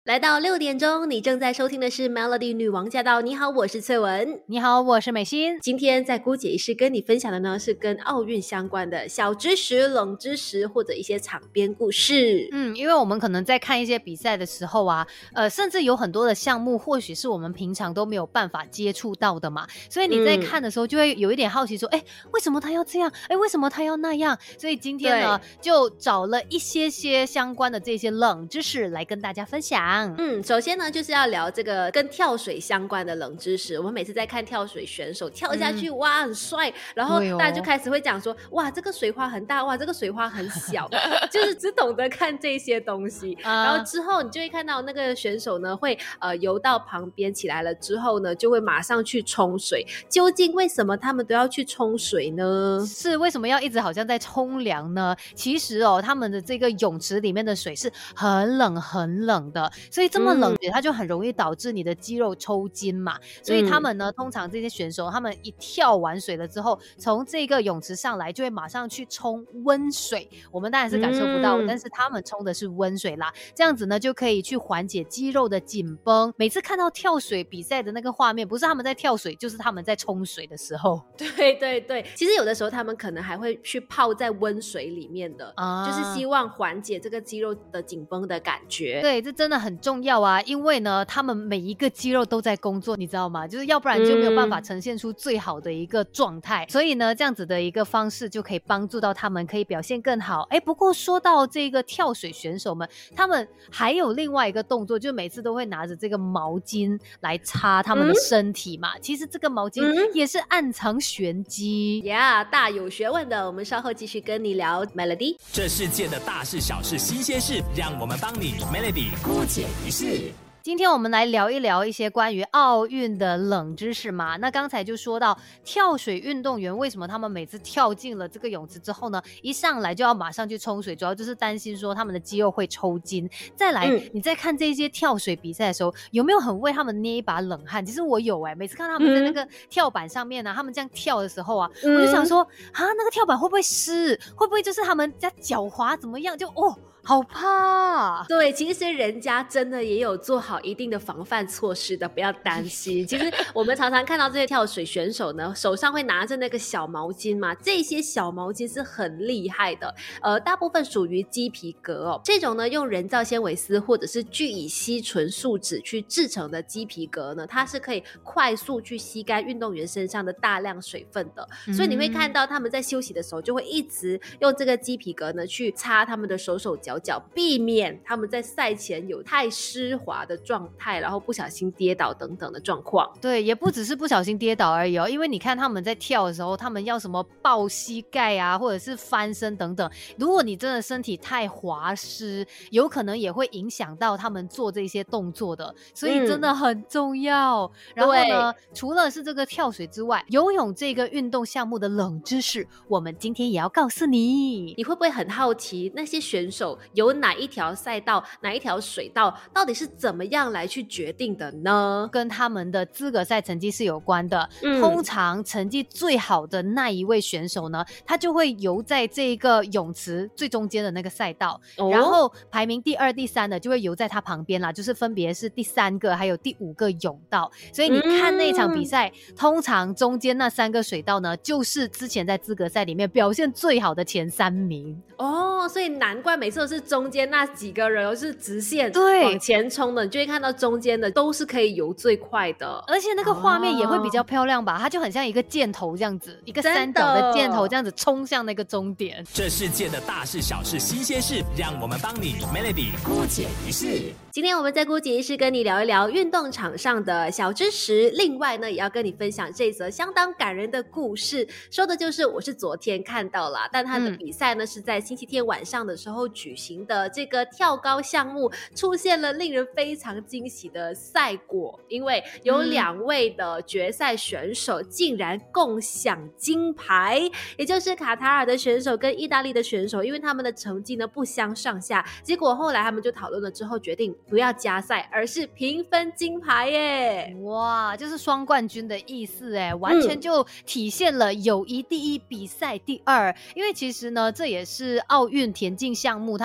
来到6点钟，你正在收听的是 Melody 女王驾到。你好，我是翠文。 你好，我是美心。 今天在姑姐仪式跟你分享的呢，是跟奥运相关的小知识、冷知识或者一些场边故事。 因为我们可能在看一些比赛的时候啊，甚至有很多的项目，或许是我们平常都没有办法接触到的嘛，所以你在看的时候就会有一点好奇说，为什么他要这样？为什么他要那样？所以今天呢，就找了一些相关的这些冷知识来跟大家分享。 首先呢，就是要聊这个跟跳水相关的冷知识。我们每次在看跳水选手跳下去，哇，很帅，然后大家就开始会讲说，哇，这个水花很大，哇，这个水花很小，就是只懂得看这些东西。然后之后你就会看到那个选手呢，会游到旁边起来了之后呢，就会马上去冲水。究竟为什么他们都要去冲水呢？ 是为什么要一直好像在冲凉呢？其实他们的这个泳池里面的水是很冷很冷的，所以这么冷它就很容易导致你的肌肉抽筋嘛。所以他们呢，通常这些选手他们一跳完水了之后，从这个泳池上来就会马上去冲温水。我们当然是感受不到，但是他们冲的是温水啦，这样子呢就可以去缓解肌肉的紧绷。每次看到跳水比赛的那个画面，不是他们在跳水，就是他们在冲水的时候。 对对对，其实有的时候他们可能还会去泡在温水里面的，就是希望缓解这个肌肉的紧绷的感觉。 对，这真的很重要啊，因为呢他们每一个肌肉都在工作，你知道吗？就是要不然就没有办法呈现出最好的一个状态，所以呢这样子的一个方式就可以帮助到他们可以表现更好。不过说到这个跳水选手们，他们还有另外一个动作，就每次都会拿着这个毛巾来擦他们的身体嘛。其实这个毛巾也是暗藏玄机呀，大有学问的。我们稍后继续跟你聊 Melody。 这世界的大事小事新鲜事，让我们帮你 Melody 姑姐仪式。 今天我们来聊一聊一些关于奥运的冷知识嘛。那刚才就说到跳水运动员为什么他们每次跳进了这个泳池之后呢，一上来就要马上去冲水，主要就是担心说他们的肌肉会抽筋。再来，你在看这些跳水比赛的时候，有没有很为他们捏一把冷汗？其实我有每次看他们在那个跳板上面他们这样跳的时候啊，我就想说那个跳板会不会湿？会不会就是他们家脚滑怎么样？就好怕。 对，其实人家真的也有做好一定的防范措施的，不要担心。其实我们常常看到这些跳水选手呢，手上会拿着那个小毛巾嘛，这些小毛巾是很厉害的，大部分属于鸡皮革这种呢用人造纤维丝或者是聚乙烯醇树脂去制成的鸡皮革呢，它是可以快速去吸干运动员身上的大量水分的，所以你会看到他们在休息的时候就会一直用这个鸡皮革呢去擦他们的手手脚脚，避免他们在赛前有太湿滑的状态，然后不小心跌倒等等的状况。 对，也不只是不小心跌倒而已因为你看他们在跳的时候，他们要什么抱膝盖啊，或者是翻身等等，如果你真的身体太滑湿，有可能也会影响到他们做这些动作的，所以真的很重要。然后呢，除了是这个跳水之外，游泳这个运动项目的冷知识，我们今天也要告诉你。 你会不会很好奇那些选手有哪一条赛道哪一条水道到底是怎么样来去决定的呢？ 跟他们的资格赛成绩是有关的。通常成绩最好的那一位选手呢，他就会游在这个泳池最中间的那个赛道，然后排名第2、第3的就会游在他旁边啦，就是分别是第3个还有第5个泳道。所以你看那场比赛，通常中间那3个水道呢，就是之前在资格赛里面表现最好的前3名。 所以难怪每次都是中间那几个人是直线往前冲的，你就会看到中间的都是可以游最快的， 而且那个画面也会比较漂亮吧，它就很像一个箭头这样子，一个三角的箭头这样子冲向那个终点。 这世界的大事小事新鲜事，让我们帮你 Melody 姑姐仪式。 今天我们在姑姐仪式跟你聊一聊运动场上的小知识，另外呢也要跟你分享这则相当感人的故事，说的就是我是昨天看到了，但他的比赛呢是在星期天晚上的时候举行的，这个跳高项目出现了令人非常惊喜的赛果，因为有2位的决赛选手竟然共享金牌，也就是卡塔尔的选手跟意大利的选手，因为他们的成绩呢不相上下，结果后来他们就讨论了之后决定不要加赛，而是平分金牌耶！ 哇，就是双冠军的意思耶，完全就体现了友谊第一，比赛第二。因为其实呢，这也是奥运田径项目他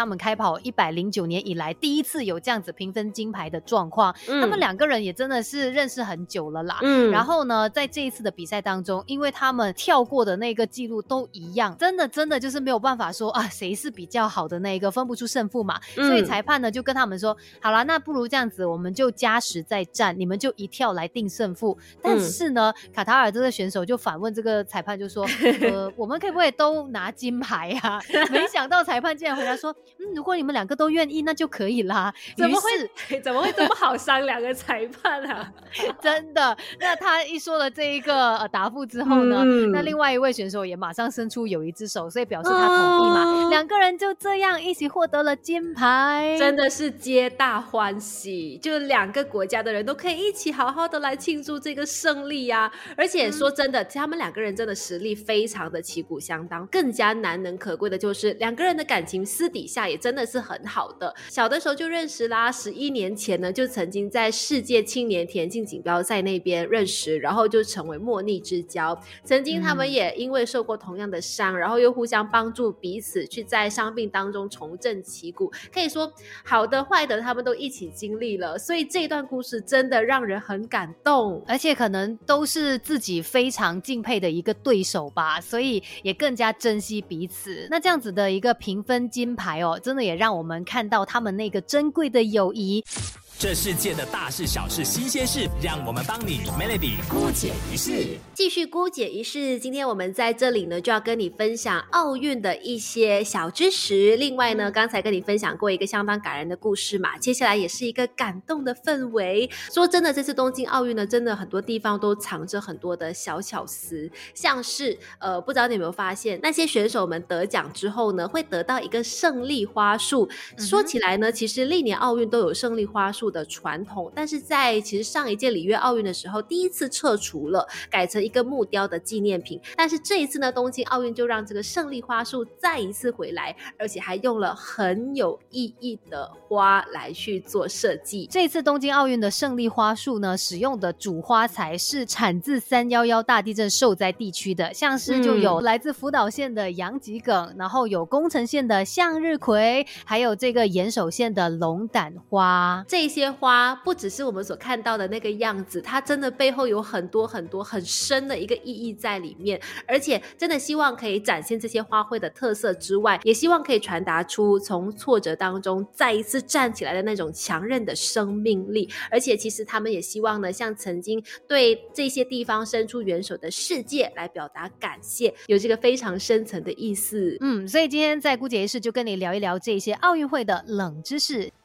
他们开跑109年以来第一次有这样子平分金牌的状况，他们2个人也真的是认识很久了啦。然后呢，在这一次的比赛当中，因为他们跳过的那个记录都一样，真的就是没有办法说啊谁是比较好的那一个，分不出胜负嘛。所以裁判呢就跟他们说，好啦，那不如这样子，我们就加时再战，你们就一跳来定胜负。但是呢，卡塔尔这个选手就反问这个裁判就说我们可不可以都拿金牌啊？没想到裁判竟然回答说如果你们2个都愿意那就可以啦。 怎么会这么好商量的裁判啊？ 真的。那他一说了这一个答复之后呢，那另外一位选手也马上伸出友谊之手，所以表示他同意嘛。2个人就这样一起获得了金牌， 真的是皆大欢喜，就2个国家的人都可以一起好好的来庆祝这个胜利啊。而且说真的，他们2个人真的实力非常的旗鼓相当，更加难能可贵的就是2个人的感情私底下也真的是很好的。小的时候就认识啦，11年前呢就曾经在世界青年田径锦标赛那边认识，然后就成为莫逆之交。曾经他们也因为受过同样的伤，然后又互相帮助彼此去在伤病当中重振旗鼓，可以说好的坏的他们都一起经历了，所以这段故事真的让人很感动， 而且可能都是自己非常敬佩的一个对手吧，所以也更加珍惜彼此。那这样子的一个平分金牌真的也让我们看到他们那个珍贵的友谊。 这世界的大事小事新鲜事，让我们帮你 Melody 姑解一世。 继续姑解一世，今天我们在这里呢就要跟你分享奥运的一些小知识。另外呢，刚才跟你分享过一个相当感人的故事嘛，接下来也是一个感动的氛围。说真的，这次东京奥运呢，真的很多地方都藏着很多的小巧思，像是不知道你有没有发现，那些选手们得奖之后呢，会得到一个胜利花束。说起来呢，其实历年奥运都有胜利花束的传统，但是在其实上一届里约奥运的时候第一次撤除了，改成一个木雕的纪念品。但是这一次呢，东京奥运就让这个胜利花束再一次回来，而且还用了很有意义的花来去做设计。 这次东京奥运的胜利花束呢，使用的主花材是产自311大地震受灾地区的，像是就有来自福岛县的洋桔梗，然后有宫城县的向日葵，还有这个岩手县的龙胆花。 这些花不只是我们所看到的那个样子，它真的背后有很多很多很深的一个意义在里面，而且真的希望可以展现这些花卉的特色之外，也希望可以传达出从挫折当中再一次站起来的那种强韧的生命力。而且其实他们也希望呢，向曾经对这些地方伸出援手的世界来表达感谢，有这个非常深层的意思。 所以今天在姑姐一世就跟你聊一聊这些奥运会的冷知识。